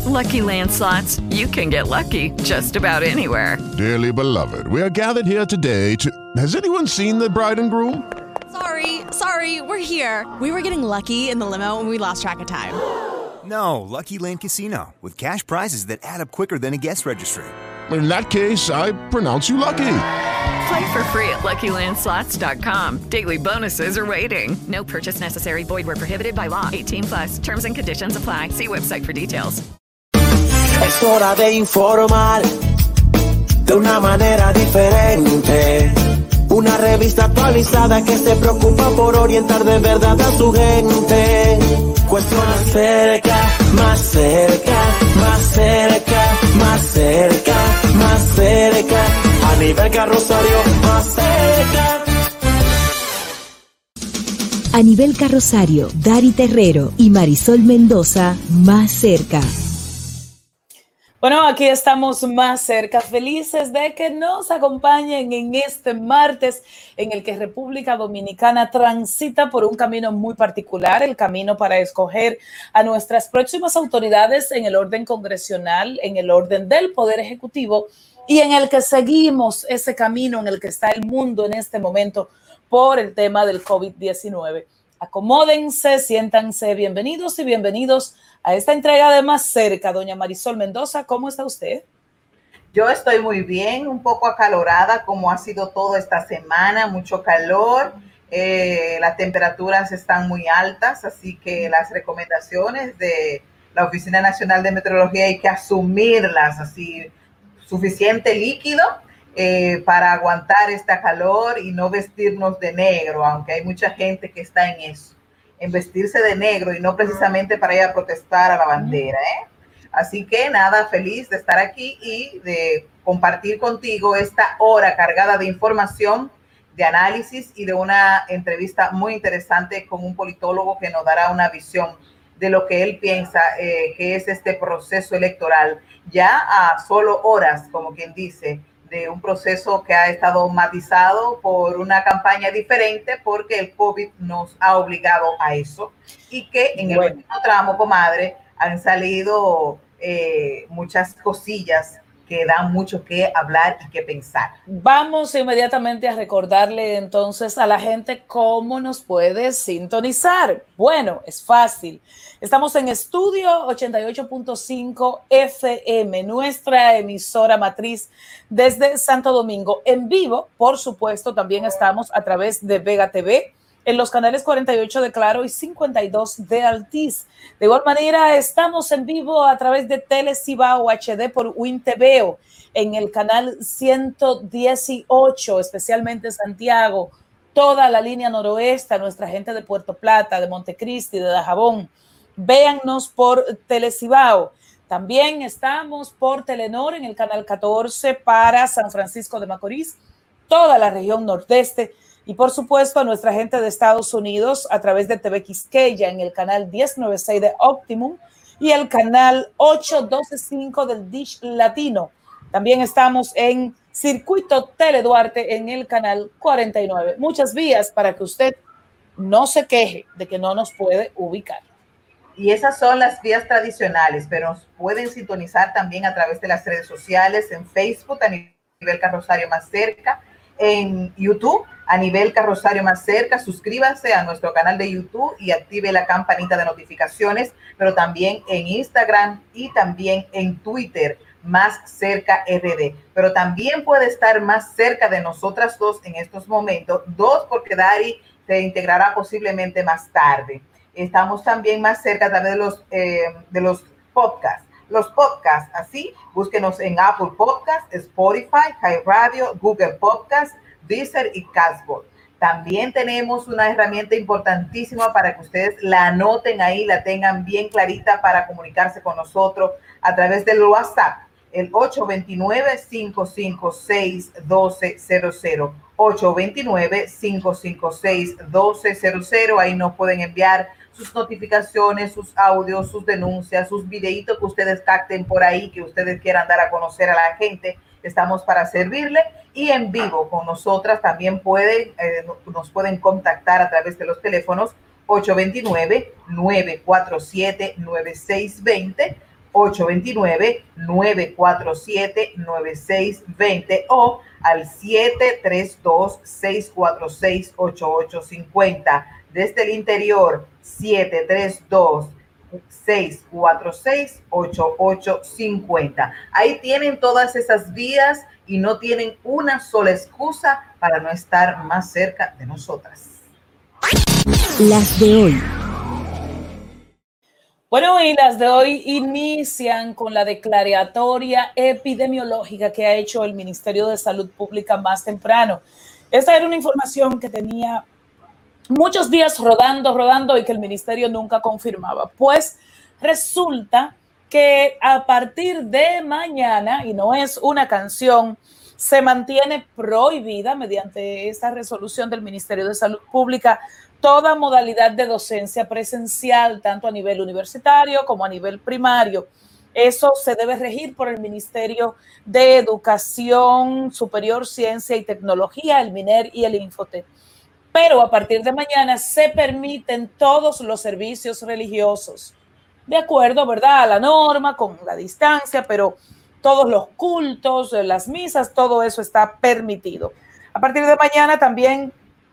Lucky Land Slots, you can get lucky just about anywhere. Dearly beloved, we are gathered here today to... Has anyone seen the bride and groom? Sorry, we're here. We were getting lucky in the limo and we lost track of time. No, Lucky Land Casino, with cash prizes that add up quicker than a guest registry. In that case, I pronounce you lucky. Play for free at LuckyLandSlots.com. Daily bonuses are waiting. No purchase necessary. Void where prohibited by law. 18+. Terms and conditions apply. See website for details. Es hora de informar de una manera diferente. Una revista actualizada que se preocupa por orientar de verdad a su gente. Cuestiones cerca, más cerca, más cerca, más cerca, más cerca. A nivel carrosario, más cerca. A nivel carrosario, Dari Terrero y Marisol Mendoza, más cerca. Bueno, aquí estamos más cerca, felices de que nos acompañen en este martes en el que República Dominicana transita por un camino muy particular, el camino para escoger a nuestras próximas autoridades en el orden congresional, en el orden del Poder Ejecutivo y en el que seguimos ese camino en el que está el mundo en este momento por el tema del COVID-19. Acomódense, siéntanse, bienvenidos y bienvenidos a esta entrega de Más Cerca. Doña Marisol Mendoza, ¿cómo está usted? Yo estoy muy bien, un poco acalorada como ha sido toda esta semana, mucho calor, las temperaturas están muy altas, así que las recomendaciones de la Oficina Nacional de Meteorología hay que asumirlas, así suficiente líquido para aguantar esta calor y no vestirnos de negro, aunque hay mucha gente que está en eso, en vestirse de negro y no precisamente para ir a protestar a la bandera, Así que nada, feliz de estar aquí y de compartir contigo esta hora cargada de información, de análisis y de una entrevista muy interesante con un politólogo que nos dará una visión de lo que él piensa que es este proceso electoral, ya a solo horas, como quien dice, de un proceso que ha estado matizado por una campaña diferente porque el COVID nos ha obligado a eso y que en el último tramo, comadre, han salido muchas cosillas que dan mucho que hablar y que pensar. Vamos inmediatamente a recordarle entonces a la gente cómo nos puede sintonizar. Bueno, es fácil. Estamos en Estudio 88.5 FM, nuestra emisora matriz desde Santo Domingo. En vivo, por supuesto, también estamos a través de Vega TV, en los canales 48 de Claro y 52 de Altiz. De igual manera, estamos en vivo a través de Telecibao HD por WinTVO, en el canal 118, especialmente Santiago, toda la línea noroeste, nuestra gente de Puerto Plata, de Montecristi, de Dajabón. Véannos por Telecibao. También estamos por Telenor en el canal 14 para San Francisco de Macorís, toda la región nordeste. Y por supuesto a nuestra gente de Estados Unidos a través de TV Quisqueya en el canal 1096 de Optimum y el canal 8125 del Dish Latino. También estamos en Circuito Teleduarte en el canal 49. Muchas vías para que usted no se queje de que no nos puede ubicar. Y esas son las vías tradicionales, pero nos pueden sintonizar también a través de las redes sociales, en Facebook a nivel Carrosario Más Cerca, en YouTube a nivel Carrosario Más Cerca. Suscríbanse a nuestro canal de YouTube y active la campanita de notificaciones, pero también en Instagram y también en Twitter, Más Cerca RD. Pero también puede estar más cerca de nosotras dos en estos momentos, porque Dari se integrará posiblemente más tarde. Estamos también más cerca a través de los podcasts. Los podcasts, así, búsquenos en Apple Podcasts, Spotify, Hi Radio, Google Podcasts, Deezer y Castbox. También tenemos una herramienta importantísima para que ustedes la anoten ahí, la tengan bien clarita para comunicarse con nosotros a través del WhatsApp, el 829-556-1200. 829-556-1200. Ahí nos pueden enviar sus notificaciones, sus audios, sus denuncias, sus videitos que ustedes capten por ahí, que ustedes quieran dar a conocer a la gente. Estamos para servirle y en vivo con nosotras también nos pueden contactar a través de los teléfonos 829-947-9620, 829-947-9620 o al 732-646-8850. Desde el interior, 732-646-8850. Ahí tienen todas esas vías y no tienen una sola excusa para no estar más cerca de nosotras. Las de hoy. Bueno, y las de hoy inician con la declaratoria epidemiológica que ha hecho el Ministerio de Salud Pública más temprano. Esta era una información que tenía muchos días rodando y que el ministerio nunca confirmaba. Pues resulta que a partir de mañana, y no es una canción, se mantiene prohibida mediante esta resolución del Ministerio de Salud Pública toda modalidad de docencia presencial, tanto a nivel universitario como a nivel primario. Eso se debe regir por el Ministerio de Educación Superior, Ciencia y Tecnología, el MINER y el Infotec. Pero a partir de mañana se permiten todos los servicios religiosos, de acuerdo, ¿verdad?, a la norma, con la distancia, pero todos los cultos, las misas, todo eso está permitido. A partir de mañana también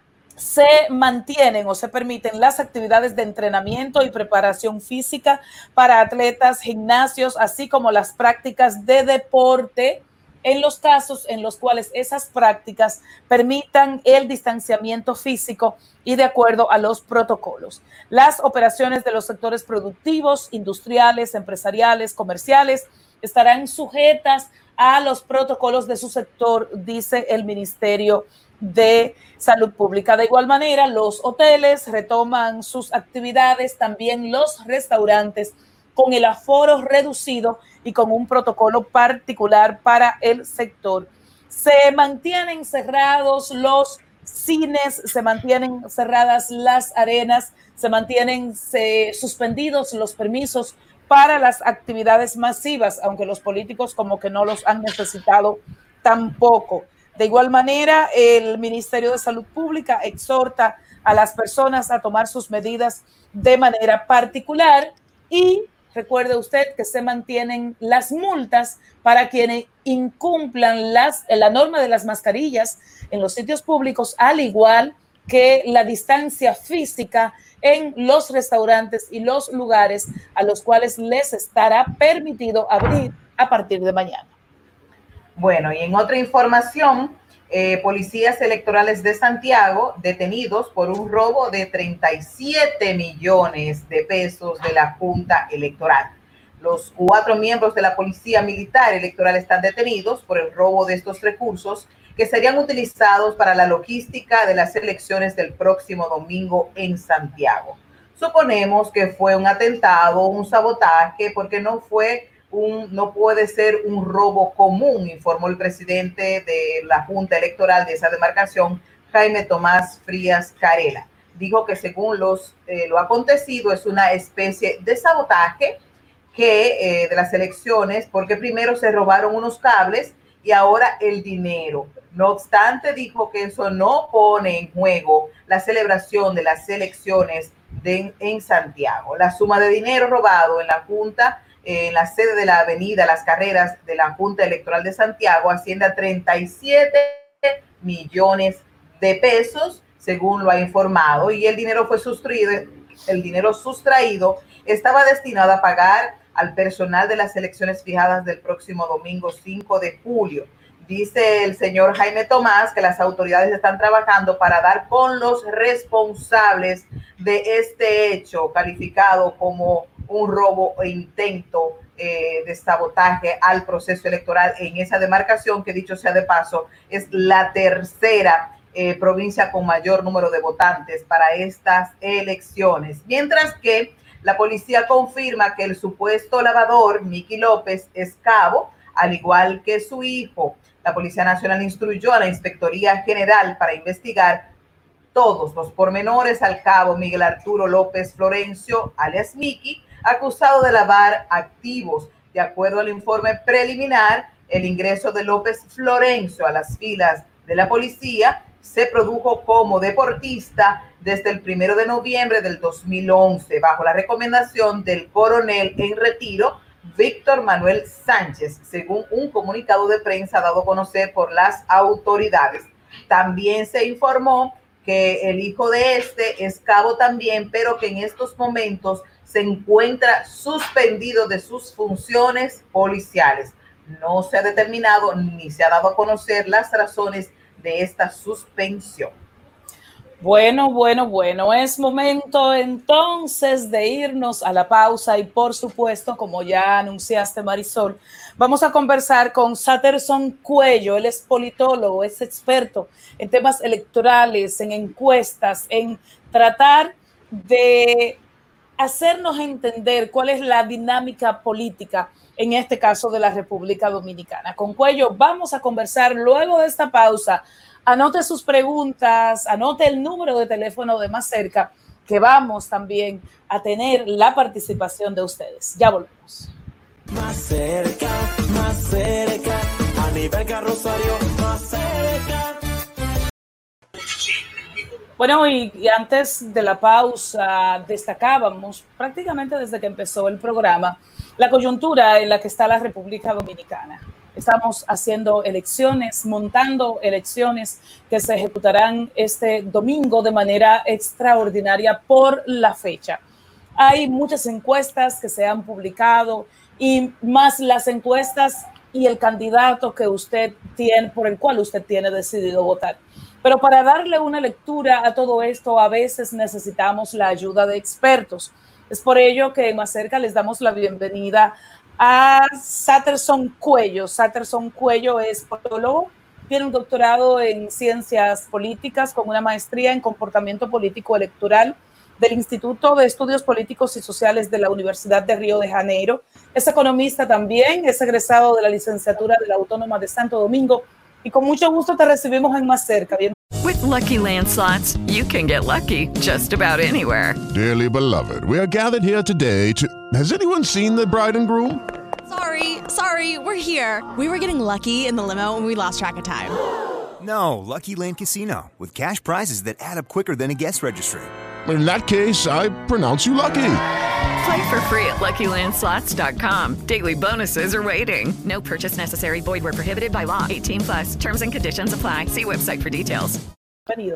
se mantienen o se permiten las actividades de entrenamiento y preparación física para atletas, gimnasios, así como las prácticas de deporte en los casos en los cuales esas prácticas permitan el distanciamiento físico y de acuerdo a los protocolos. Las operaciones de los sectores productivos, industriales, empresariales, comerciales estarán sujetas a los protocolos de su sector, dice el Ministerio de Salud Pública. De igual manera, los hoteles retoman sus actividades, también los restaurantes, con el aforo reducido y con un protocolo particular para el sector. Se mantienen cerrados los cines, se mantienen cerradas las arenas, se mantienen suspendidos los permisos para las actividades masivas, aunque los políticos como que no los han necesitado tampoco. De igual manera, el Ministerio de Salud Pública exhorta a las personas a tomar sus medidas de manera particular y recuerde usted que se mantienen las multas para quienes incumplan la norma de las mascarillas en los sitios públicos, al igual que la distancia física en los restaurantes y los lugares a los cuales les estará permitido abrir a partir de mañana. Bueno, y en otra información, policías electorales de Santiago detenidos por un robo de 37 millones de pesos de la Junta Electoral. Los 4 miembros de la Policía Militar Electoral están detenidos por el robo de estos recursos que serían utilizados para la logística de las elecciones del próximo domingo en Santiago. Suponemos que fue un atentado, un sabotaje, porque no puede ser un robo común, informó el presidente de la Junta Electoral de esa demarcación, Jaime Tomás Frías Carela. Dijo que según lo acontecido es una especie de sabotaje de las elecciones, porque primero se robaron unos cables y ahora el dinero. No obstante, dijo que eso no pone en juego la celebración de las elecciones en Santiago. La suma de dinero robado en la Junta, en la sede de la Avenida Las Carreras de la Junta Electoral de Santiago, asciende a 37 millones de pesos, según lo ha informado, y el dinero sustraído estaba destinado a pagar al personal de las elecciones fijadas del próximo domingo 5 de julio. Dice el señor Jaime Tomás que las autoridades están trabajando para dar con los responsables de este hecho, calificado como un robo e intento de sabotaje al proceso electoral en esa demarcación, que dicho sea de paso, es la tercera provincia con mayor número de votantes para estas elecciones. Mientras que la policía confirma que el supuesto lavador, Miki López, es cabo, al igual que su hijo. La Policía Nacional instruyó a la Inspectoría General para investigar todos los pormenores al cabo Miguel Arturo López Florencio, alias Miki, acusado de lavar activos. De acuerdo al informe preliminar, el ingreso de López Florencio a las filas de la policía se produjo como deportista desde el 1 de noviembre del 2011, bajo la recomendación del coronel en retiro, Víctor Manuel Sánchez, según un comunicado de prensa dado a conocer por las autoridades. También se informó que el hijo de este es cabo también, pero que en estos momentos se encuentra suspendido de sus funciones policiales. No se ha determinado ni se ha dado a conocer las razones de esta suspensión. Bueno, es momento entonces de irnos a la pausa y por supuesto, como ya anunciaste, Marisol, vamos a conversar con Satterson Cuello. Él es politólogo, es experto en temas electorales, en encuestas, en tratar de hacernos entender cuál es la dinámica política, en este caso de la República Dominicana. Con Cuello vamos a conversar luego de esta pausa. Anote sus preguntas, anote el número de teléfono de Más Cerca, que vamos también a tener la participación de ustedes. Ya volvemos. Más cerca, a nivel Carrosario, más cerca. Bueno, y antes de la pausa destacábamos prácticamente desde que empezó el programa la coyuntura en la que está la República Dominicana. Estamos haciendo elecciones, montando elecciones que se ejecutarán este domingo de manera extraordinaria por la fecha. Hay muchas encuestas que se han publicado y más las encuestas y el candidato que usted tiene, por el cual usted tiene decidido votar. Pero para darle una lectura a todo esto, a veces necesitamos la ayuda de expertos. Es por ello que en Más Cerca les damos la bienvenida a Satterson Cuello. Satterson Cuello es politólogo, tiene un doctorado en ciencias políticas con una maestría en comportamiento político electoral del Instituto de Estudios Políticos y Sociales de la Universidad de Río de Janeiro. Es economista también, es egresado de la licenciatura de la Autónoma de Santo Domingo y con mucho gusto te recibimos en Más Cerca. Bien. With Lucky Land Slots, you can get lucky just about anywhere. Dearly beloved, we are gathered here today to... Has anyone seen the bride and groom? Sorry, we're here. We were getting lucky in the limo and we lost track of time. No, Lucky Land Casino, with cash prizes that add up quicker than a guest registry. In that case, I pronounce you lucky. Play for free at LuckyLandSlots.com. Daily bonuses are waiting. No purchase necessary. Void where prohibited by law. 18+. Terms and conditions apply. See website for details. Bienvenido.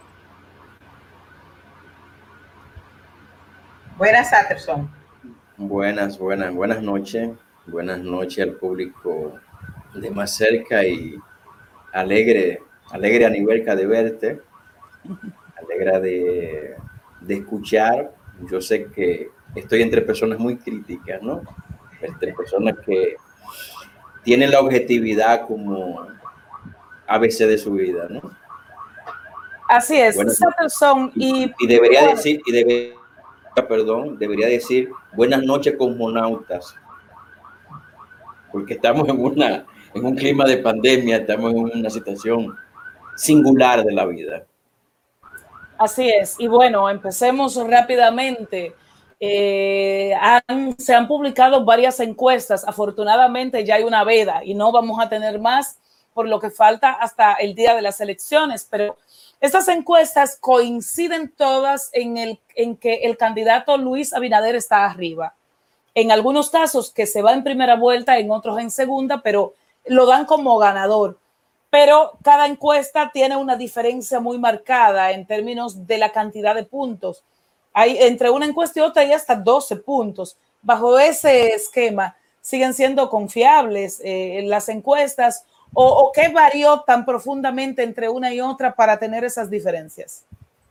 Buenas, Satterson. Buenas noches. Buenas noches al público de Más Cerca y alegre Aniverca de verte, alegra de escuchar. Yo sé que estoy entre personas muy críticas, ¿no? Entre personas que tienen la objetividad como ABC de su vida, ¿no? Así es, Bueno, Satterson, debería decir buenas noches cosmonautas, porque estamos en un clima de pandemia, estamos en una situación singular de la vida. Así es, y bueno, empecemos rápidamente. Se han publicado varias encuestas, afortunadamente ya hay una veda y no vamos a tener más por lo que falta hasta el día de las elecciones, pero estas encuestas coinciden todas en que el candidato Luis Abinader está arriba. En algunos casos que se va en primera vuelta, en otros en segunda, pero lo dan como ganador. Pero cada encuesta tiene una diferencia muy marcada en términos de la cantidad de puntos. Hay entre una encuesta y otra hay hasta 12 puntos. Bajo ese esquema, ¿siguen siendo confiables las encuestas o qué varió tan profundamente entre una y otra para tener esas diferencias?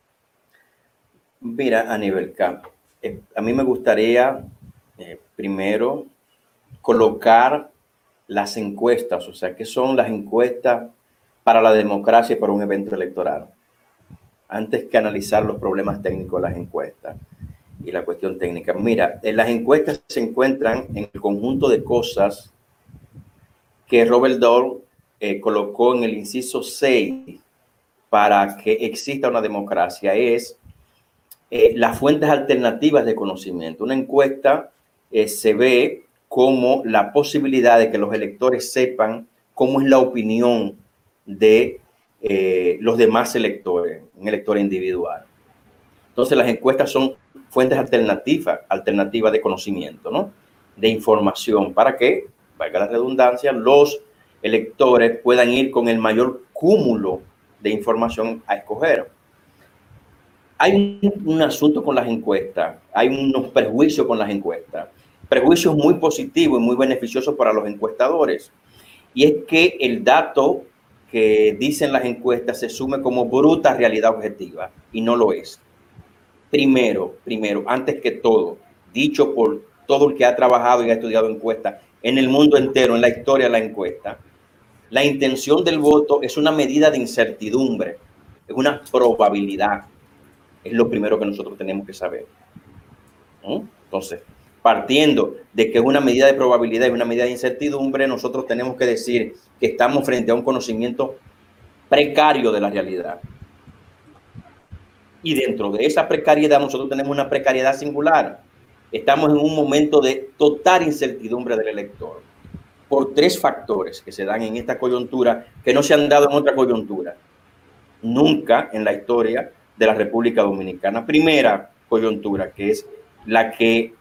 Mira, Aniverca, a mí me gustaría primero colocar las encuestas, o sea, ¿qué son las encuestas para la democracia y para un evento electoral? Antes que analizar los problemas técnicos de las encuestas y la cuestión técnica. Mira, las encuestas se encuentran en el conjunto de cosas que Robert Dahl colocó en el inciso 6 para que exista una democracia. Es las fuentes alternativas de conocimiento. Una encuesta se ve como la posibilidad de que los electores sepan cómo es la opinión de los demás electores, un elector individual. Entonces las encuestas son fuentes alternativas de conocimiento, ¿no? de información para que, valga la redundancia, los electores puedan ir con el mayor cúmulo de información a escoger. Hay un asunto con las encuestas, hay unos prejuicios con las encuestas, prejuicios muy positivos y muy beneficiosos para los encuestadores. Y es que el dato que dicen las encuestas se asume como bruta realidad objetiva y no lo es. Primero, antes que todo, dicho por todo el que ha trabajado y ha estudiado encuestas en el mundo entero, en la historia de la encuesta, la intención del voto es una medida de incertidumbre, es una probabilidad. Es lo primero que nosotros tenemos que saber. Entonces, partiendo de que es una medida de probabilidad y una medida de incertidumbre, nosotros tenemos que decir que estamos frente a un conocimiento precario de la realidad. Y dentro de esa precariedad, nosotros tenemos una precariedad singular. Estamos en un momento de total incertidumbre del elector, por 3 factores que se dan en esta coyuntura que no se han dado en otra coyuntura. Nunca en la historia de la República Dominicana. Primera coyuntura, que es la que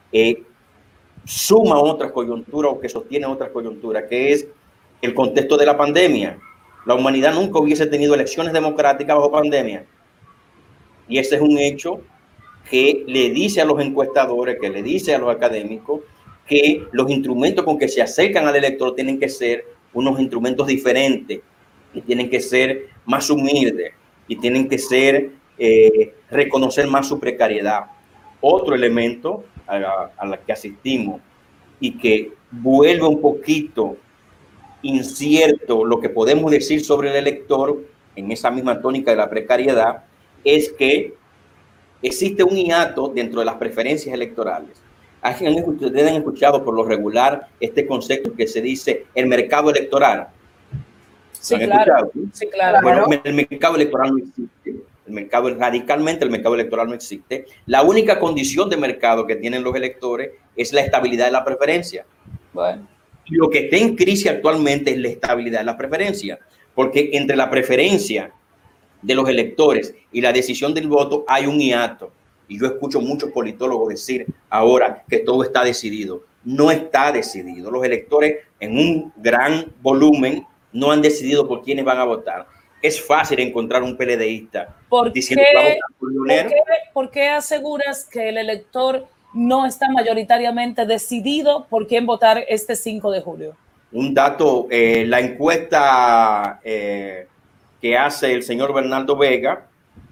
suma otras coyunturas o que sostiene otras coyunturas, que es el contexto de la pandemia. La humanidad nunca hubiese tenido elecciones democráticas bajo pandemia. Y ese es un hecho que le dice a los encuestadores, que le dice a los académicos, que los instrumentos con que se acercan al elector tienen que ser unos instrumentos diferentes y tienen que ser más humildes y tienen que ser reconocer más su precariedad. Otro elemento a la que asistimos y que vuelve un poquito incierto lo que podemos decir sobre el elector en esa misma tónica de la precariedad es que existe un hiato dentro de las preferencias electorales. Ustedes han escuchado por lo regular este concepto que se dice el mercado electoral. Sí, claro. Sí, claro. Bueno, el mercado electoral no existe. Radicalmente el mercado electoral no existe. La única condición de mercado que tienen los electores es la estabilidad de la preferencia. Bueno. Y lo que está en crisis actualmente es la estabilidad de la preferencia, porque entre la preferencia de los electores y la decisión del voto hay un hiato. Y yo escucho muchos politólogos decir ahora que todo está decidido. No está decidido. Los electores en un gran volumen no han decidido por quiénes van a votar. Es fácil encontrar un PLDista diciendo que va a votar por Leonel. ¿Por qué aseguras que el elector no está mayoritariamente decidido por quién votar este 5 de julio? Un dato, la encuesta que hace el señor Bernardo Vega,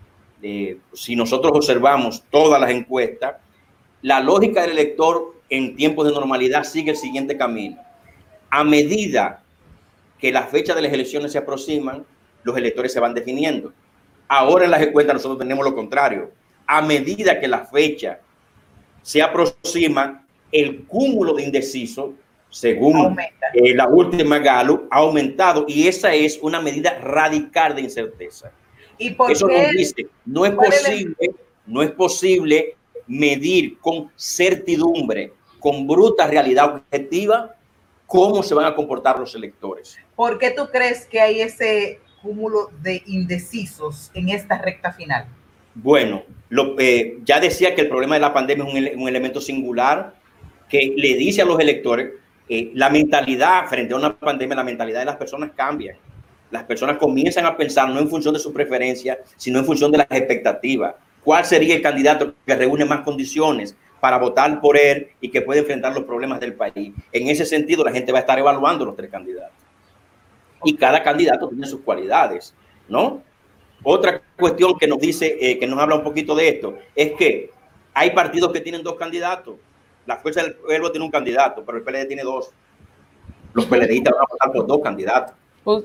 si nosotros observamos todas las encuestas, la lógica del elector en tiempos de normalidad sigue el siguiente camino. A medida que las fechas de las elecciones se aproximan, los electores se van definiendo. Ahora en las encuestas nosotros tenemos lo contrario. A medida que la fecha se aproxima, el cúmulo de indecisos, según la última Gallup, ha aumentado y esa es una medida radical de incerteza. ¿Y por eso qué? Nos dice, no es posible medir con certidumbre, con bruta realidad objetiva, cómo se van a comportar los electores. ¿Por qué tú crees que hay ese cúmulo de indecisos en esta recta final? Bueno, ya decía que el problema de la pandemia es un elemento singular que le dice a los electores la mentalidad frente a una pandemia, la mentalidad de las personas cambia. Las personas comienzan a pensar no en función de su preferencia, sino en función de las expectativas. ¿Cuál sería el candidato que reúne más condiciones para votar por él y que puede enfrentar los problemas del país? En ese sentido, la gente va a estar evaluando los 3 candidatos. Y cada candidato tiene sus cualidades, ¿no? Otra cuestión que nos dice, que nos habla un poquito de esto, es que hay partidos que tienen 2 candidatos. La Fuerza del Pueblo tiene un candidato, pero el PLD tiene 2. Los PLDistas van a votar por 2 candidatos.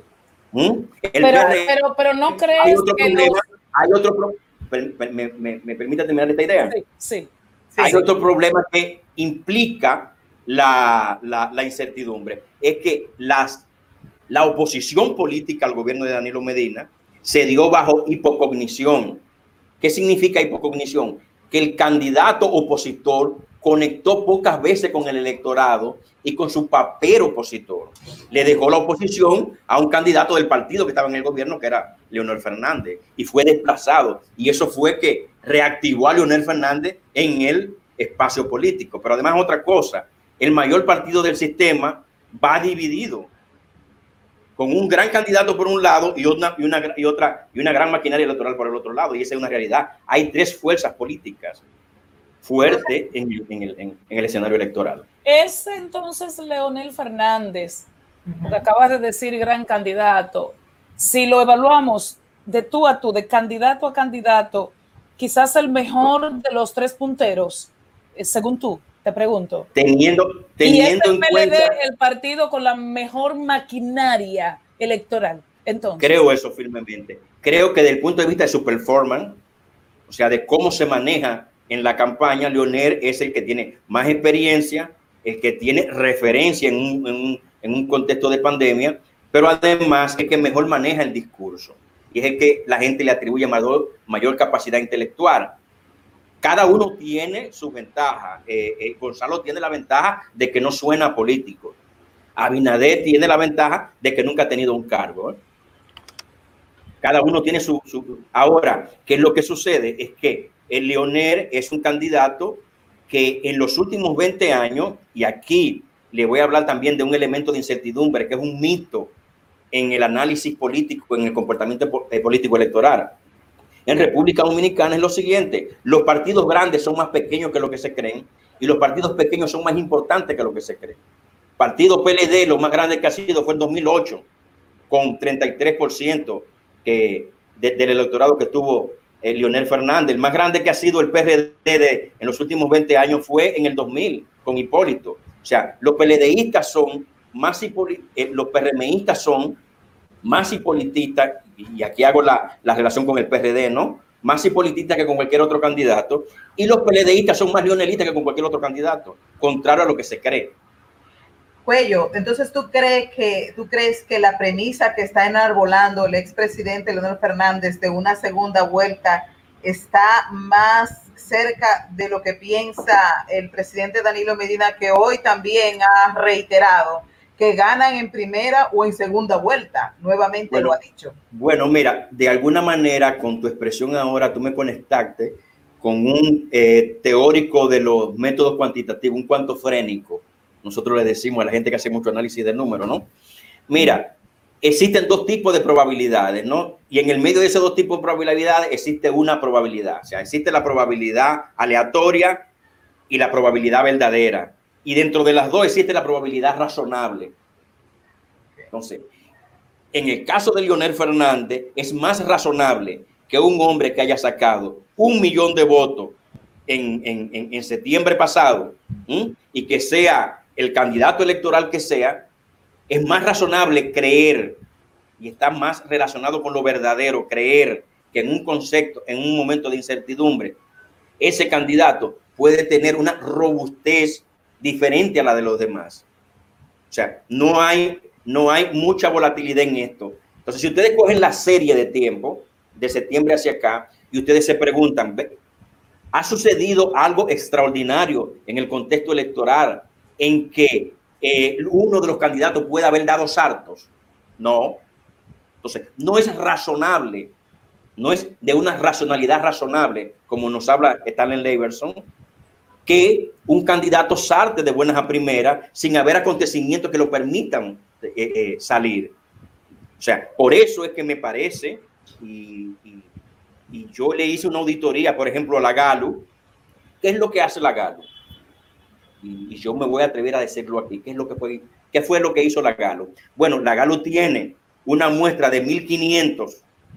Pero no crees hay otro que problema, hay otro problema. ¿Me permite terminar esta idea? Sí. Hay otro problema que implica la incertidumbre. Es que la oposición política al gobierno de Danilo Medina se dio bajo hipocognición. ¿Qué significa hipocognición? Que el candidato opositor conectó pocas veces con el electorado y con su papel opositor. Le dejó la oposición a un candidato del partido que estaba en el gobierno, que era Leonel Fernández, y fue desplazado. Y eso fue que reactivó a Leonel Fernández en el espacio político. Pero además otra cosa, el mayor partido del sistema va dividido, con un gran candidato por un lado y una gran maquinaria electoral por el otro lado, y esa es una realidad. Hay 3 fuerzas políticas fuertes en el escenario electoral. Es entonces Leonel Fernández, porque acabas de decir gran candidato, si lo evaluamos de tú a tú, de candidato a candidato, quizás el mejor de los 3 punteros, según tú, te pregunto. Teniendo en cuenta, el partido con la mejor maquinaria electoral. Entonces, creo eso firmemente. Creo que desde el punto de vista de su performance, o sea, de cómo se maneja en la campaña, Leonel es el que tiene más experiencia, el que tiene referencia en un contexto de pandemia, pero además es el que mejor maneja el discurso y es el que la gente le atribuye mayor capacidad intelectual. Cada uno tiene su ventaja. Gonzalo tiene la ventaja de que no suena político. Abinader tiene la ventaja de que nunca ha tenido un cargo. Cada uno tiene su... Ahora, ¿qué es lo que sucede? Es que el Leonel es un candidato que en los últimos 20 años, y aquí le voy a hablar también de un elemento de incertidumbre que es un mito en el análisis político, en el comportamiento político electoral. En República Dominicana es lo siguiente: los partidos grandes son más pequeños que lo que se creen y los partidos pequeños son más importantes que lo que se cree. Partido PLD, lo más grande que ha sido fue en 2008, con 33% del electorado que tuvo Leonel Fernández. El más grande que ha sido el PRD en los últimos 20 años fue en el 2000, con Hipólito. O sea, los PLDistas son más los PRMistas son más hipolitistas, y aquí hago la relación con el PRD, ¿no? Más hipolitistas que con cualquier otro candidato, y los PLDistas son más leonelistas que con cualquier otro candidato, contrario a lo que se cree. Cuello, entonces ¿tú crees que la premisa que está enarbolando el expresidente Leonel Fernández de una segunda vuelta está más cerca de lo que piensa el presidente Danilo Medina, que hoy también ha reiterado que ganan en primera o en segunda vuelta? Nuevamente bueno, lo ha dicho. Bueno, mira, de alguna manera con tu expresión ahora tú me conectaste con un teórico de los métodos cuantitativos, un cuantofrénico. Nosotros le decimos a la gente que hace mucho análisis de números, ¿no? Mira, existen 2 tipos de probabilidades, ¿no? Y en el medio de esos 2 tipos de probabilidades existe una probabilidad. O sea, existe la probabilidad aleatoria y la probabilidad verdadera. Y dentro de las 2 existe la probabilidad razonable. Entonces, en el caso de Leonel Fernández, es más razonable que un hombre que haya sacado 1 millón de votos en septiembre pasado, y que sea el candidato electoral que sea, es más razonable creer, y está más relacionado con lo verdadero, creer que en un concepto, en un momento de incertidumbre, ese candidato puede tener una robustez diferente a la de los demás. O sea, no hay mucha volatilidad en esto. Entonces, si ustedes cogen la serie de tiempo, de septiembre hacia acá, y ustedes se preguntan, ¿ha sucedido algo extraordinario en el contexto electoral en que uno de los candidatos puede haber dado saltos? No. Entonces, no es razonable, no es de una racionalidad razonable, como nos habla Stanley Leverson, que un candidato salte de buenas a primeras sin haber acontecimientos que lo permitan salir. O sea, por eso es que me parece, y yo le hice una auditoría, por ejemplo, a la Galo. ¿Qué es lo que hace la Galo? Y yo me voy a atrever a decirlo aquí. ¿Qué fue lo que hizo la Galo? Bueno, la Galo tiene una muestra de 1.500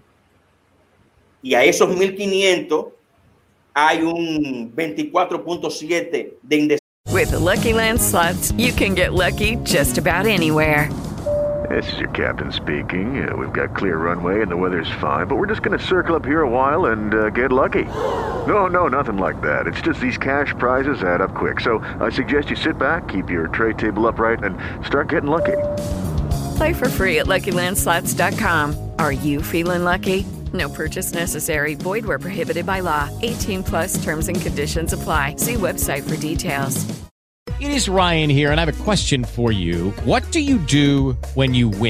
y a esos 1.500 hay un 24.7 de indecisos. With the Lucky Land Slots, you can get lucky just about anywhere. This is your captain speaking. We've got clear runway and the weather's fine, but we're just going to circle up here a while and get lucky. No, nothing like that. It's just these cash prizes add up quick. So I suggest you sit back, keep your tray table upright, and start getting lucky. Play for free at LuckyLandSlots.com. Are you feeling lucky? No purchase necessary. Void where prohibited by law. 18+ terms and conditions apply. See website for details. It is Ryan here, and I have a question for you. What do you do when you win?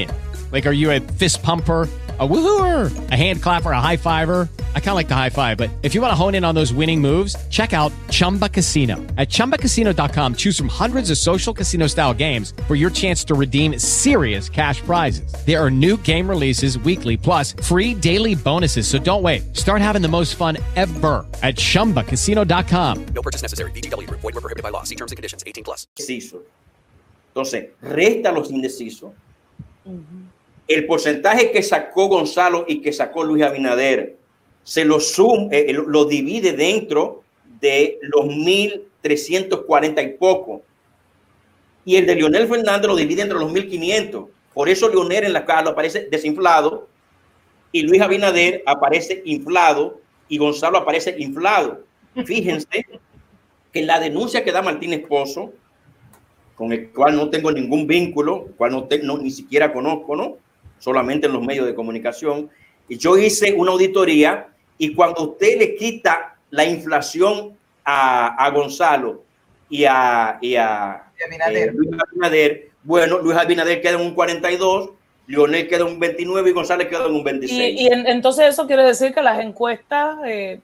Like, are you a fist pumper, a woohooer, a hand clapper, a high fiver? I kind of like the high five, but if you want to hone in on those winning moves, check out Chumba Casino. At ChumbaCasino.com, choose from hundreds of social casino style games for your chance to redeem serious cash prizes. There are new game releases weekly, plus free daily bonuses. So don't wait. Start having the most fun ever at ChumbaCasino.com. No purchase necessary. VGW Group. Void where prohibited by law. See terms and conditions. 18+. Entonces, resta los indecisos. El porcentaje que sacó Gonzalo y que sacó Luis Abinader se lo lo divide dentro de los 1.340 y poco. Y el de Leonel Fernández lo divide entre los 1.500. Por eso Leonel en la cara aparece desinflado y Luis Abinader aparece inflado y Gonzalo aparece inflado. Fíjense que la denuncia que da Martínez Pozo, con el cual no tengo ningún vínculo, cual ni siquiera conozco, ¿no? Solamente en los medios de comunicación. Y yo hice una auditoría y cuando usted le quita la inflación a Gonzalo y a Luis Abinader, bueno, Luis Abinader queda en un 42, Leonel queda en un 29 y González queda en un 26. Entonces eso quiere decir que las encuestas,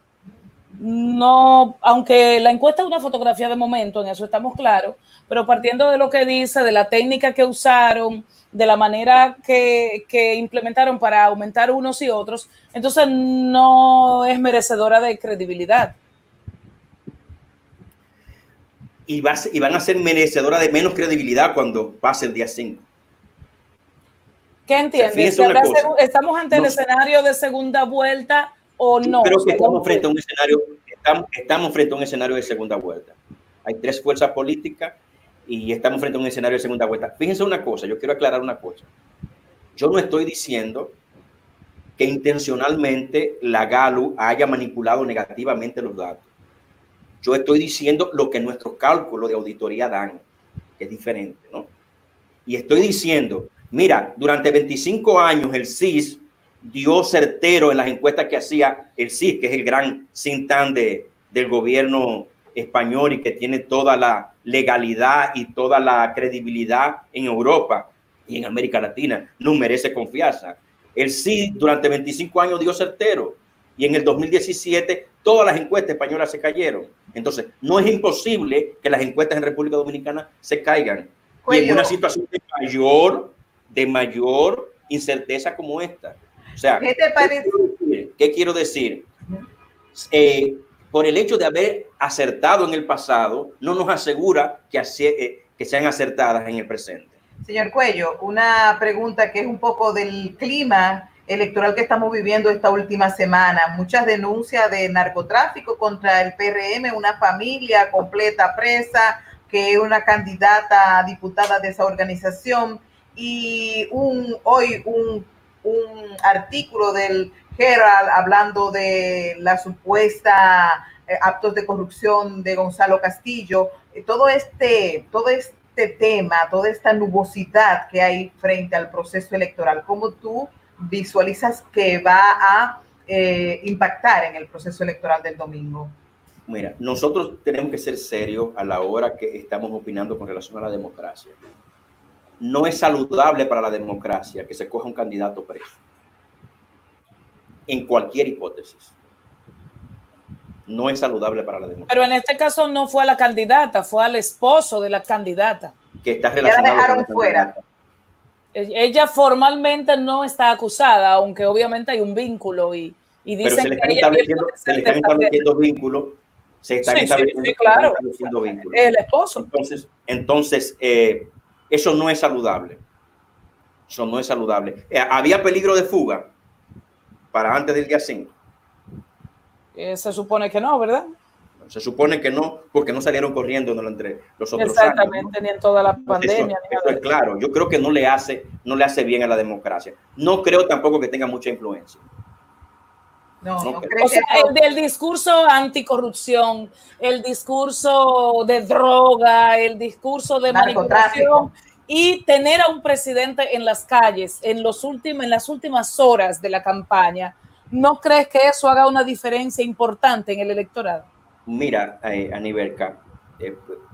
no, aunque la encuesta es una fotografía de momento, en eso estamos claros, pero partiendo de lo que dice, de la técnica que usaron, de la manera que implementaron para aumentar unos y otros, entonces no es merecedora de credibilidad. Y van a ser merecedora de menos credibilidad cuando pase el día 5. ¿Qué entiendes? ¿Estamos ante el escenario de segunda vuelta o no? Creo que estamos frente a un escenario, estamos frente a un escenario de segunda vuelta. Hay 3 fuerzas políticas y estamos frente a un escenario de segunda vuelta. Fíjense una cosa, yo quiero aclarar una cosa. Yo no estoy diciendo que intencionalmente la GALU haya manipulado negativamente los datos. Yo estoy diciendo lo que nuestros cálculos de auditoría dan, que es diferente, ¿no? Y estoy diciendo, mira, durante 25 años el CIS dio certero en las encuestas que hacía el CIS, que es el gran think tank del gobierno español y que tiene toda la legalidad y toda la credibilidad en Europa y en América Latina. No merece confianza. El CIS durante 25 años dio certero y en el 2017 todas las encuestas españolas se cayeron. Entonces, no es imposible que las encuestas en República Dominicana se caigan. Y en una situación de mayor incerteza como esta. O sea, ¿qué te parece? ¿Qué quiero decir? Por el hecho de haber acertado en el pasado, no nos asegura que sean acertadas en el presente. Señor Cuello, una pregunta que es un poco del clima electoral que estamos viviendo esta última semana. Muchas denuncias de narcotráfico contra el PRM, una familia completa presa, que es una candidata a diputada de esa organización, y hoy un artículo del Herald hablando de la supuesta actos de corrupción de Gonzalo Castillo. Todo este tema, toda esta nubosidad que hay frente al proceso electoral, ¿cómo tú visualizas que va a impactar en el proceso electoral del domingo? Mira, nosotros tenemos que ser serios a la hora que estamos opinando con relación a la democracia. No es saludable para la democracia que se coja un candidato preso, en cualquier hipótesis. No es saludable para la democracia. Pero en este caso no fue a la candidata, fue al esposo de la candidata. Que está relacionado. La dejaron fuera. Ella formalmente no está acusada, aunque obviamente hay un vínculo y dicen pero se le están estableciendo vínculos. Se están estableciendo vínculos. El esposo. Entonces eso no es saludable. Eso no es saludable. ¿Había peligro de fuga para antes del día 5? Se supone que no, ¿verdad? Se supone que no, porque no salieron corriendo entre los otros exactamente, años, ¿no? Ni en toda la pandemia. Eso es claro. Yo creo que no le hace bien a la democracia. No creo tampoco que tenga mucha influencia. No creo. O sea, el discurso anticorrupción, el discurso de droga, el discurso de manipulación y tener a un presidente en las calles en las últimas horas de la campaña, ¿no crees que eso haga una diferencia importante en el electorado? Mira, Aniberca,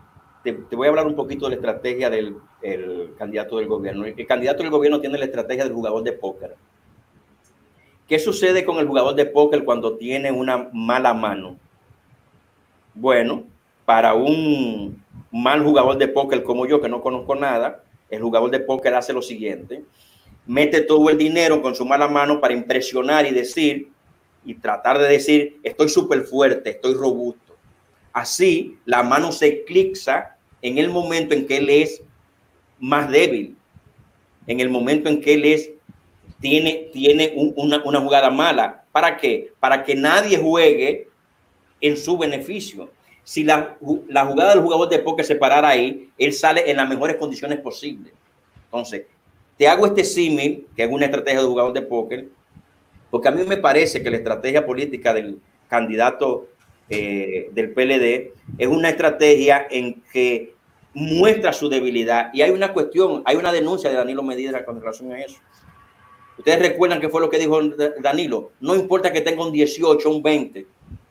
te voy a hablar un poquito de la estrategia del el candidato del gobierno. El candidato del gobierno tiene la estrategia del jugador de póker. ¿Qué sucede con el jugador de póker cuando tiene una mala mano? Bueno, para un mal jugador de póker como yo, que no conozco nada, el jugador de póker hace lo siguiente: mete todo el dinero con su mala mano para impresionar y decir, y tratar de decir, estoy súper fuerte, estoy robusto. Así, la mano se eclipsa en el momento en que él es más débil, en el momento en que él tiene una jugada mala. ¿Para qué? Para que nadie juegue en su beneficio. Si la jugada del jugador de póker se parara ahí, él sale en las mejores condiciones posibles. Entonces, te hago este símil, que es una estrategia de jugador de póker, porque a mí me parece que la estrategia política del candidato del PLD es una estrategia en que muestra su debilidad. Y hay una cuestión, hay una denuncia de Danilo Medina con relación a eso. Ustedes recuerdan qué fue lo que dijo Danilo: no importa que tenga un 18, un 20.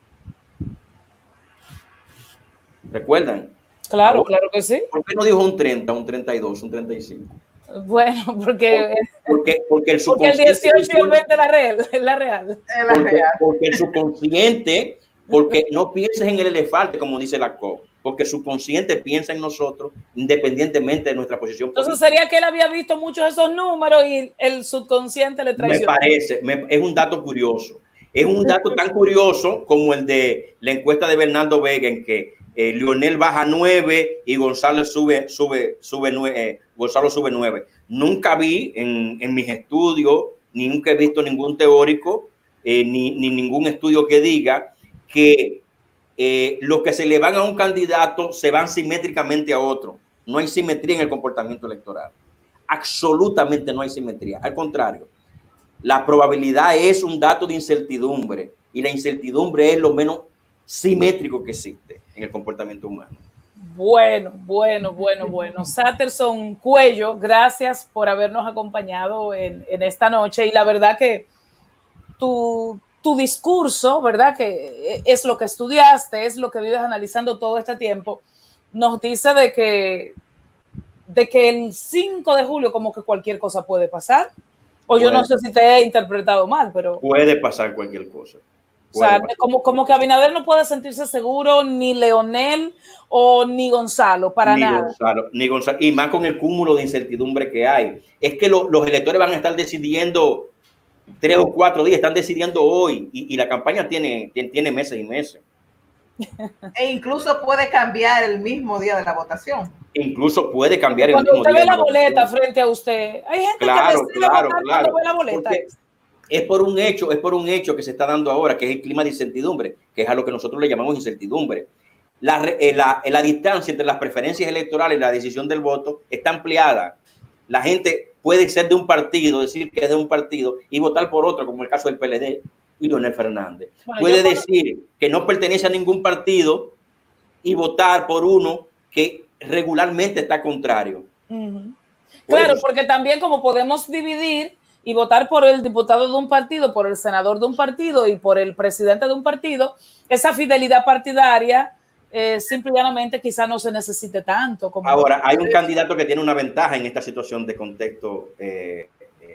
¿Recuerdan? Claro, ahora, claro que sí. ¿Por qué no dijo un 30, un 32, un 35? Bueno, porque el 18 y el 20 es la real. Porque el subconsciente, porque no pienses en el elefante, como dice la COP, porque el subconsciente piensa en nosotros independientemente de nuestra posición política. Entonces sería que él había visto muchos de esos números y el subconsciente le traicionó. Me parece, es un dato curioso. Es un dato tan curioso como el de la encuesta de Bernardo Vega, en que Lionel baja 9 y Gonzalo sube 9. Gonzalo sube 9. Nunca vi en mis estudios, nunca he visto ningún teórico, ni ningún estudio que diga que los que se le van a un candidato se van simétricamente a otro. No hay simetría en el comportamiento electoral. Absolutamente no hay simetría. Al contrario, la probabilidad es un dato de incertidumbre, y la incertidumbre es lo menos simétrico que existe en el comportamiento humano. Bueno. Satterson Cuello, gracias por habernos acompañado en esta noche. Y la verdad que tu discurso, ¿verdad? Que es lo que estudiaste, es lo que vives analizando todo este tiempo, nos dice de que el 5 de julio como que cualquier cosa puede pasar. O yo no sé si te he interpretado mal, pero... Puede pasar cualquier cosa. O sea, como que Abinader no puede sentirse seguro, ni Leonel o ni Gonzalo, para nada. Ni Gonzalo, y más con el cúmulo de incertidumbre que hay. Es que los electores van a estar decidiendo 3 o 4 días, están decidiendo hoy, y la campaña tiene meses y meses. E incluso puede cambiar el mismo día de la votación. Incluso puede cambiar el mismo día. Cuando usted ve la boleta frente a usted, hay gente que decide votar cuando ve la boleta. Es por un hecho que se está dando ahora, que es el clima de incertidumbre, que es a lo que nosotros le llamamos incertidumbre. La distancia entre las preferencias electorales y la decisión del voto está ampliada. La gente puede ser de un partido, decir que es de un partido y votar por otro, como el caso del PLD y Leonel Fernández. Puede decir que no pertenece a ningún partido y votar por uno que regularmente está contrario. Claro, porque también como podemos dividir y votar por el diputado de un partido, por el senador de un partido y por el presidente de un partido, esa fidelidad partidaria simple y llanamente quizá no se necesite tanto. Ahora, hay un candidato que tiene una ventaja en esta situación de contexto de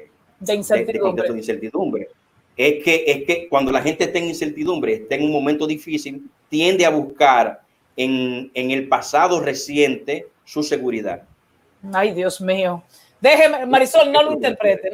incertidumbre. Es que cuando la gente está en incertidumbre, está en un momento difícil, tiende a buscar en el pasado reciente su seguridad. Ay, Dios mío. Déjeme, Marisol, no lo interprete.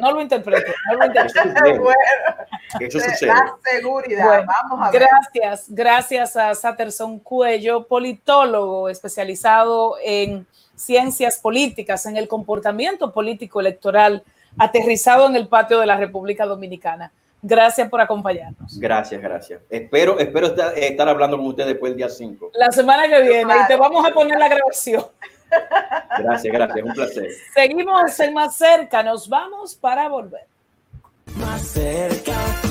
Eso sucede. La seguridad. Bueno, vamos a ver. Gracias a Satterson Cuello, politólogo especializado en ciencias políticas, en el comportamiento político electoral, aterrizado en el patio de la República Dominicana. Gracias por acompañarnos. Gracias. Espero estar hablando con ustedes después del día 5. La semana que viene, y te vamos a poner la grabación. Gracias, un placer. Seguimos en Más Cerca, nos vamos para volver. Más cerca,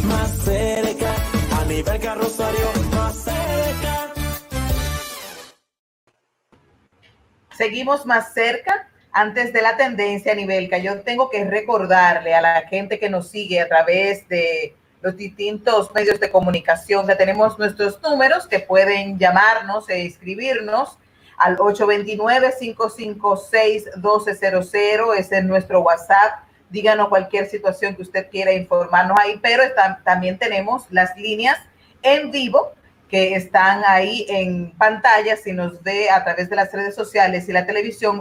a nivel Carrosario, más cerca. Seguimos más cerca. Antes de la tendencia, Nivelka, yo tengo que recordarle a la gente que nos sigue a través de los distintos medios de comunicación que tenemos nuestros números, que pueden llamarnos e escribirnos al 829-556-1200, ese es nuestro WhatsApp. Díganos cualquier situación que usted quiera informarnos ahí, pero también tenemos las líneas en vivo que están ahí en pantalla, si nos ve a través de las redes sociales y la televisión,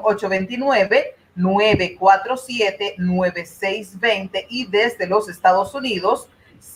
829-947-9620 y desde los Estados Unidos,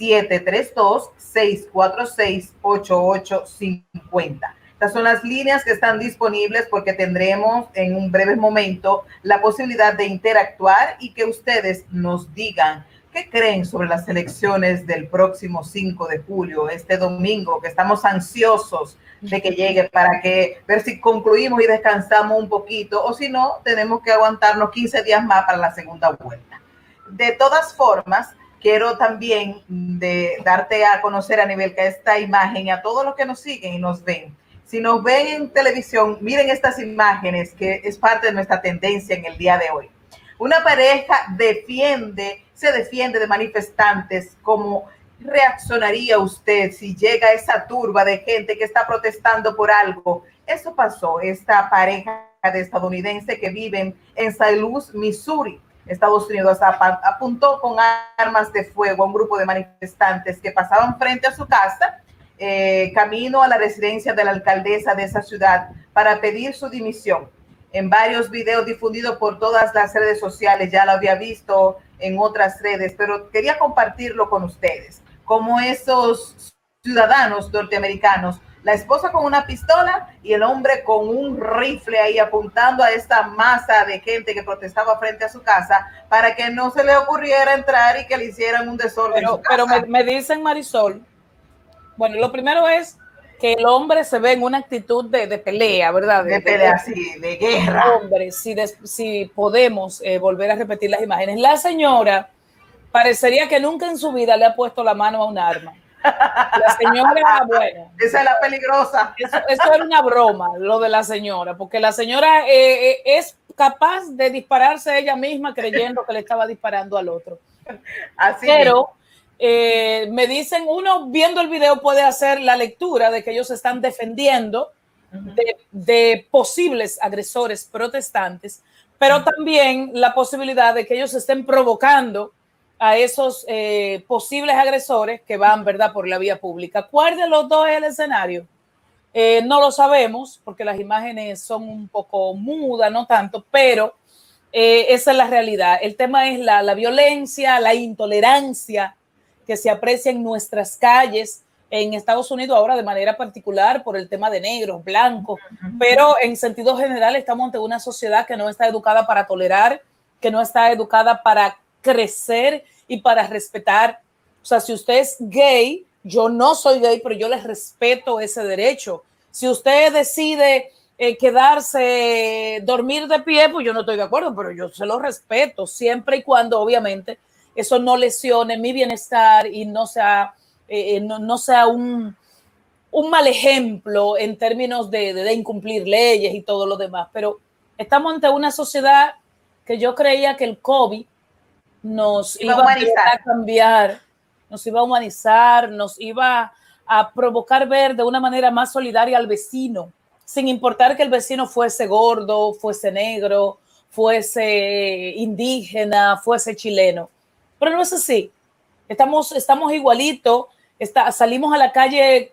732-646-8850. Estas son las líneas que están disponibles porque tendremos en un breve momento la posibilidad de interactuar y que ustedes nos digan qué creen sobre las elecciones del próximo 5 de julio, este domingo, que estamos ansiosos de que llegue para ver si concluimos y descansamos un poquito, o si no, tenemos que aguantarnos 15 días más para la segunda vuelta. De todas formas, quiero también darte a conocer, a nivel que esta imagen, y a todos los que nos siguen y nos ven. Si nos ven en televisión, miren estas imágenes que es parte de nuestra tendencia en el día de hoy. Una pareja se defiende de manifestantes. ¿Cómo reaccionaría usted si llega esa turba de gente que está protestando por algo? Eso pasó, esta pareja de estadounidenses que viven en St. Louis, Missouri, Estados Unidos, apuntó con armas de fuego a un grupo de manifestantes que pasaban frente a su casa, camino a la residencia de la alcaldesa de esa ciudad para pedir su dimisión. En varios videos difundidos por todas las redes sociales, ya lo había visto en otras redes, pero quería compartirlo con ustedes. Como esos ciudadanos norteamericanos, la esposa con una pistola y el hombre con un rifle ahí apuntando a esta masa de gente que protestaba frente a su casa para que no se le ocurriera entrar y que le hicieran un desorden en su casa. Pero me dicen, Marisol, bueno, lo primero es que el hombre se ve en una actitud de pelea, ¿verdad? De pelea, sí, de guerra. Hombre, si podemos volver a repetir las imágenes. La señora parecería que nunca en su vida le ha puesto la mano a un arma. La señora, bueno. Esa es la peligrosa. Eso era una broma, lo de la señora, porque la señora es capaz de dispararse ella misma creyendo que le estaba disparando al otro. Así pero me dicen, uno viendo el video puede hacer la lectura de que ellos se están defendiendo de posibles agresores protestantes, pero también la posibilidad de que ellos estén provocando a esos posibles agresores que van, ¿verdad?, por la vía pública. ¿Cuál de los dos es el escenario? No lo sabemos porque las imágenes son un poco mudas, no tanto, pero esa es la realidad. El tema es la violencia, la intolerancia que se aprecia en nuestras calles en Estados Unidos ahora de manera particular por el tema de negros, blancos, pero en sentido general estamos ante una sociedad que no está educada para tolerar, que no está educada para crecer y para respetar. O sea, si usted es gay, yo no soy gay, pero yo les respeto ese derecho. Si usted decide quedarse, dormir de pie, pues yo no estoy de acuerdo, pero yo se lo respeto, siempre y cuando obviamente eso no lesione mi bienestar y no sea un mal ejemplo en términos de incumplir leyes y todo lo demás. Pero estamos ante una sociedad que yo creía que el COVID nos iba a cambiar, nos iba a humanizar, nos iba a provocar ver de una manera más solidaria al vecino, sin importar que el vecino fuese gordo, fuese negro, fuese indígena, fuese chileno. Pero no es así. Estamos igualitos, salimos a la calle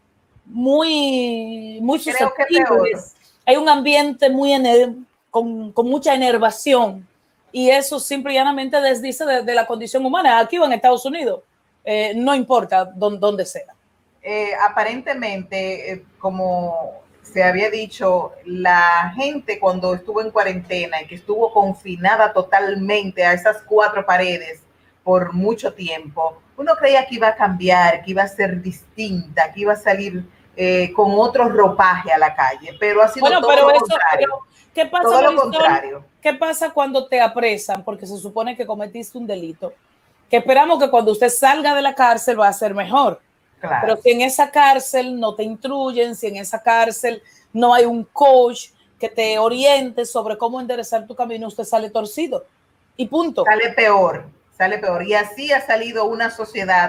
muy susceptibles. Hay un ambiente con mucha enervación y eso simple y llanamente desdice de la condición humana. Aquí o en Estados Unidos, no importa dónde sea. Aparentemente, como se había dicho, la gente cuando estuvo en cuarentena y que estuvo confinada totalmente a esas cuatro paredes por mucho tiempo, uno creía que iba a cambiar, que iba a ser distinta, que iba a salir con otro ropaje a la calle, pero ha sido todo lo contrario. ¿Qué pasa, todo lo contrario. ¿Qué pasa cuando te apresan? Porque se supone que cometiste un delito, que esperamos que cuando usted salga de la cárcel va a ser mejor. Claro. Pero si en esa cárcel no te instruyen, si en esa cárcel no hay un coach que te oriente sobre cómo enderezar tu camino, usted sale torcido y punto. Sale peor. Y así ha salido una sociedad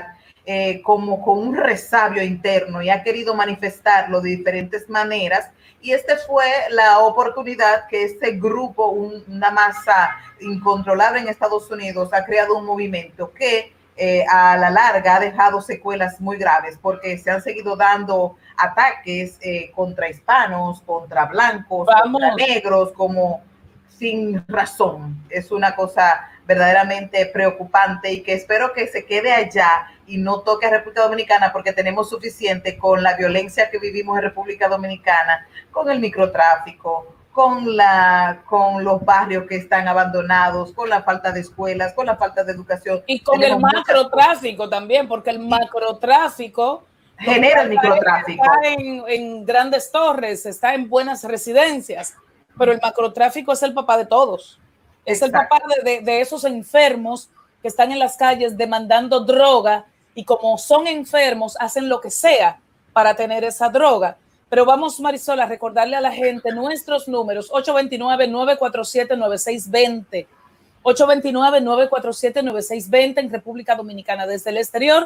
como con un resabio interno y ha querido manifestarlo de diferentes maneras. Y esta fue la oportunidad que este grupo, una masa incontrolable en Estados Unidos, ha creado un movimiento que a la larga ha dejado secuelas muy graves porque se han seguido dando ataques contra hispanos, contra blancos, contra negros, como sin razón. Es una cosa verdaderamente preocupante y que espero que se quede allá y no toque a República Dominicana, porque tenemos suficiente con la violencia que vivimos en República Dominicana, con el microtráfico, con los barrios que están abandonados, con la falta de escuelas, con la falta de educación. Y con el macrotráfico también, porque el macrotráfico genera el microtráfico. Está en grandes torres, está en buenas residencias, pero el macrotráfico es el papá de todos. Es el papá de esos enfermos que están en las calles demandando droga y como son enfermos hacen lo que sea para tener esa droga. Pero vamos, Marisol, a recordarle a la gente nuestros números: 829-947-9620, 829-947-9620 en República Dominicana. Desde el exterior,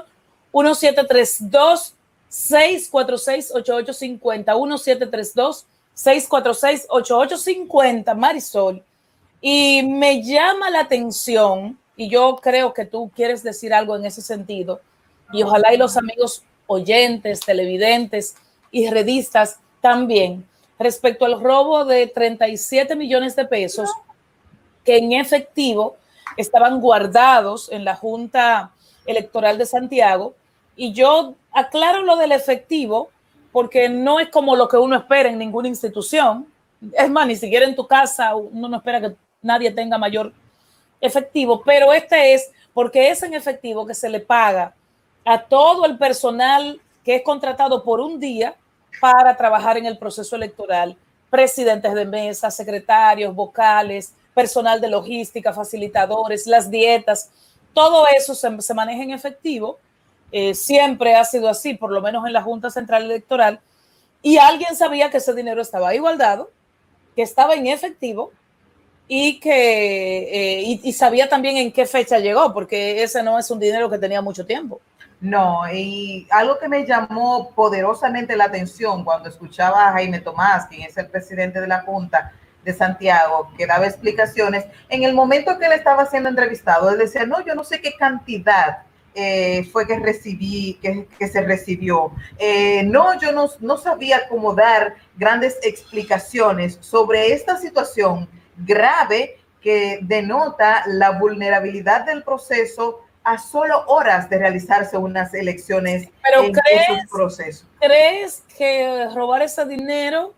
1732-646-8850, 1732-646-8850, Marisol. Y me llama la atención, y yo creo que tú quieres decir algo en ese sentido, y ojalá y los amigos oyentes, televidentes y redistas también, respecto al robo de 37 millones de pesos que en efectivo estaban guardados en la Junta Electoral de Santiago. Y yo aclaro lo del efectivo porque no es como lo que uno espera en ninguna institución. Es más, ni siquiera en tu casa uno no espera que nadie tenga mayor efectivo, pero este es porque es en efectivo que se le paga a todo el personal que es contratado por un día para trabajar en el proceso electoral: presidentes de mesa, secretarios, vocales, personal de logística, facilitadores, las dietas, todo eso se maneja en efectivo. Siempre ha sido así, por lo menos en la Junta Central Electoral, y alguien sabía que ese dinero estaba ahí guardado, que estaba en efectivo, y que y sabía también en qué fecha llegó, porque ese no es un dinero que tenía mucho tiempo. No, y algo que me llamó poderosamente la atención cuando escuchaba a Jaime Tomás, quien es el presidente de la Junta de Santiago, que daba explicaciones, en el momento que él estaba siendo entrevistado, él decía: no, yo no sé qué cantidad fue que se recibió. No, yo no sabía cómo dar grandes explicaciones sobre esta situación grave que denota la vulnerabilidad del proceso a solo horas de realizarse unas elecciones. Pero en esos procesos. ¿Crees que robar ese dinero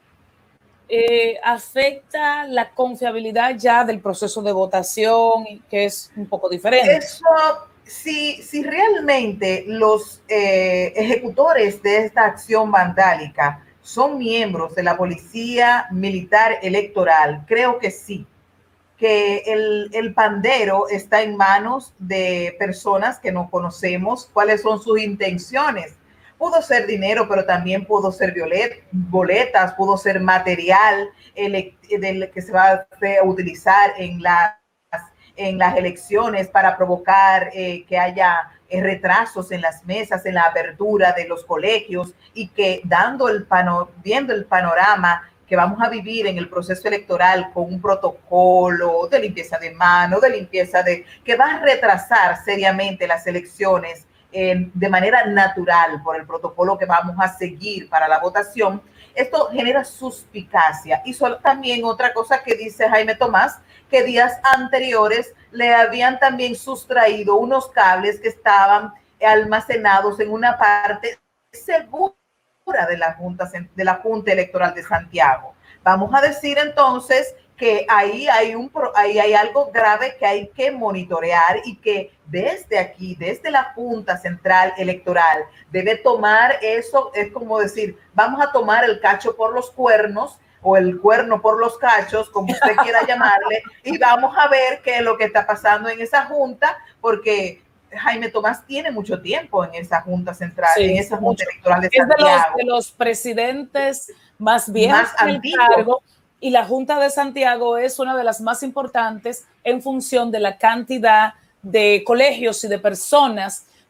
afecta la confiabilidad ya del proceso de votación, que es un poco diferente? Eso, si realmente los ejecutores de esta acción vandálica son miembros de la Policía Militar Electoral, creo que sí, que el pandero está en manos de personas que no conocemos cuáles son sus intenciones. Pudo ser dinero, pero también pudo ser boletas, pudo ser material que se va a utilizar en las elecciones para provocar que haya retrasos en las mesas, en la apertura de los colegios, y que viendo el panorama que vamos a vivir en el proceso electoral con un protocolo de limpieza de manos, que va a retrasar seriamente las elecciones de manera natural por el protocolo que vamos a seguir para la votación. Esto genera suspicacia. Y también otra cosa que dice Jaime Tomás, que días anteriores le habían también sustraído unos cables que estaban almacenados en una parte segura de la Junta Electoral de Santiago. Vamos a decir entonces que ahí hay algo grave que hay que monitorear, y que desde aquí, desde la Junta Central Electoral, debe tomar eso. Es como decir, vamos a tomar el cacho por los cuernos, o el cuerno por los cachos, como usted quiera llamarle, y vamos a ver qué es lo que está pasando en esa junta, porque Jaime Tomás tiene mucho tiempo en esa Junta Central, en esa Junta Electoral de Santiago. Es de los presidentes más viejos, más antiguos. Y la Junta de Santiago es una de las más importantes en función de la cantidad de colegios y de personas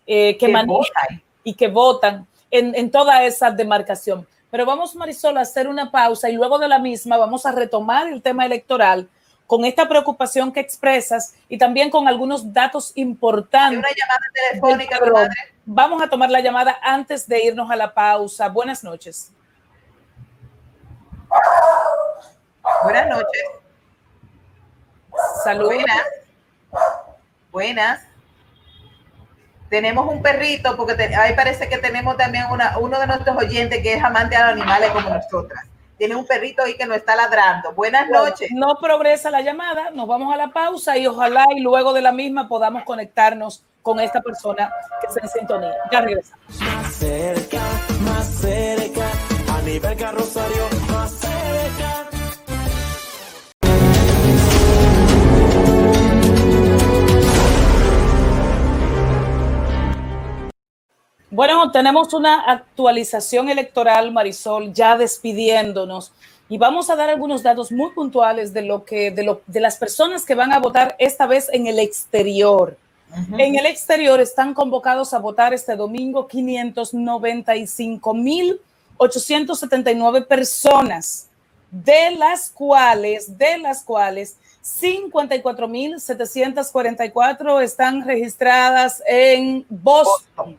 que manejan y que votan en toda esa demarcación. Pero vamos, Marisol, a hacer una pausa y luego de la misma vamos a retomar el tema electoral con esta preocupación que expresas y también con algunos datos importantes. Una llamada telefónica, mi madre. Vamos a tomar la llamada antes de irnos a la pausa. Buenas noches. Buenas noches. Saludos. Buenas. Tenemos un perrito, porque ahí parece que tenemos también uno de nuestros oyentes que es amante a los animales como nosotras. Tiene un perrito ahí que nos está ladrando. Buenas noches. No progresa la llamada, nos vamos a la pausa y ojalá y luego de la misma podamos conectarnos con esta persona que está en sintonía. Ya regresamos. Más cerca, a nivel Carrosario, más cerca. Bueno, tenemos una actualización electoral, Marisol, ya despidiéndonos, y vamos a dar algunos datos muy puntuales de las personas que van a votar esta vez en el exterior. En el exterior están convocados a votar este domingo 595,879 personas, de las cuales 54,744 están registradas en Boston.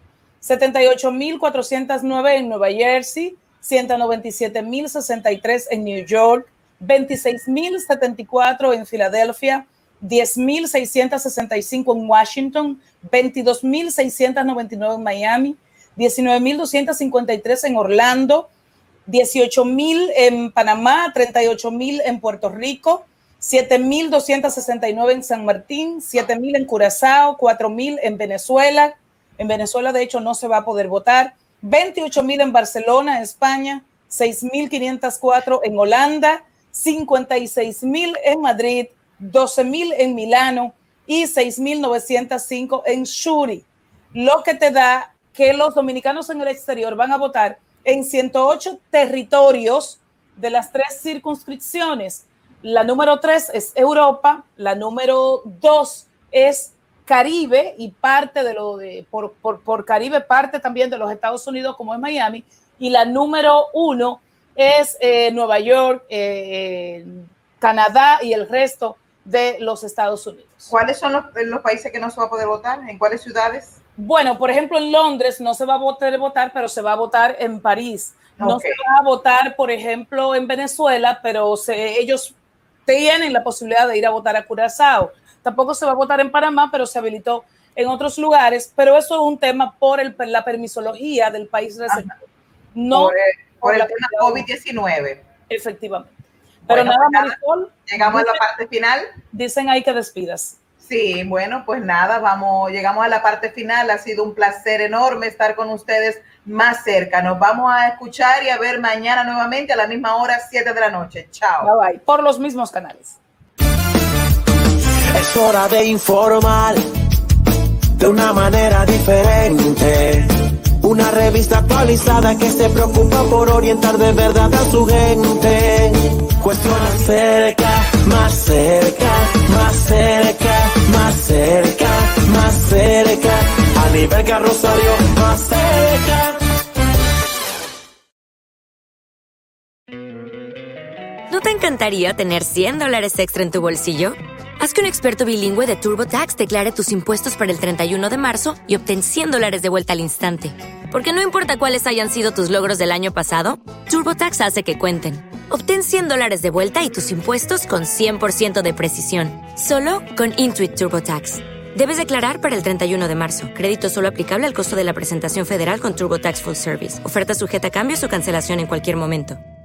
78,409 en Nueva Jersey, 197,063 en New York, 26,074 en Filadelfia, 10,665 en Washington, 22,699 en Miami, 19,253 en Orlando, 18,000 en Panamá, 38,000 en Puerto Rico, 7,269 en San Martín, 7,000 en Curazao, 4,000 en Venezuela. En Venezuela, de hecho, no se va a poder votar. 28,000 en Barcelona, España. 6,504 en Holanda. 56,000 en Madrid. 12,000 en Milano. Y 6,905 en Zurich. Lo que te da que los dominicanos en el exterior van a votar en 108 territorios de las 3 circunscripciones. La número 3 es Europa. La número 2 es Caribe y parte por Caribe, parte también de los Estados Unidos, como es Miami, y la número 1 es Nueva York, Canadá y el resto de los Estados Unidos. ¿Cuáles son los países que no se va a poder votar? ¿En cuáles ciudades? Bueno, por ejemplo, en Londres no se va a poder votar, pero se va a votar en París. No se va a votar, por ejemplo, en Venezuela, pero ellos tienen la posibilidad de ir a votar a Curazao. Tampoco se va a votar en Panamá, pero se habilitó en otros lugares. Pero eso es un tema por la permisología del país receptor. No por el tema COVID-19. Efectivamente. Pero bueno, nada, Marisol. Llegamos a la parte final. Dicen ahí que despidas. Sí, bueno, pues nada, llegamos a la parte final. Ha sido un placer enorme estar con ustedes más cerca. Nos vamos a escuchar y a ver mañana nuevamente a la misma hora, 7 de la noche. Chao. Bye bye. Por los mismos canales. Es hora de informar de una manera diferente. Una revista actualizada que se preocupa por orientar de verdad a su gente. Cuestiona cerca, más cerca, más cerca, más cerca, más cerca. A nivel Carrosario, más cerca. ¿No te encantaría tener $100 extra en tu bolsillo? Haz que un experto bilingüe de TurboTax declare tus impuestos para el 31 de marzo y obtén $100 de vuelta al instante. Porque no importa cuáles hayan sido tus logros del año pasado, TurboTax hace que cuenten. Obtén $100 de vuelta y tus impuestos con 100% de precisión. Solo con Intuit TurboTax. Debes declarar para el 31 de marzo. Crédito solo aplicable al costo de la presentación federal con TurboTax Full Service. Oferta sujeta a cambios o cancelación en cualquier momento.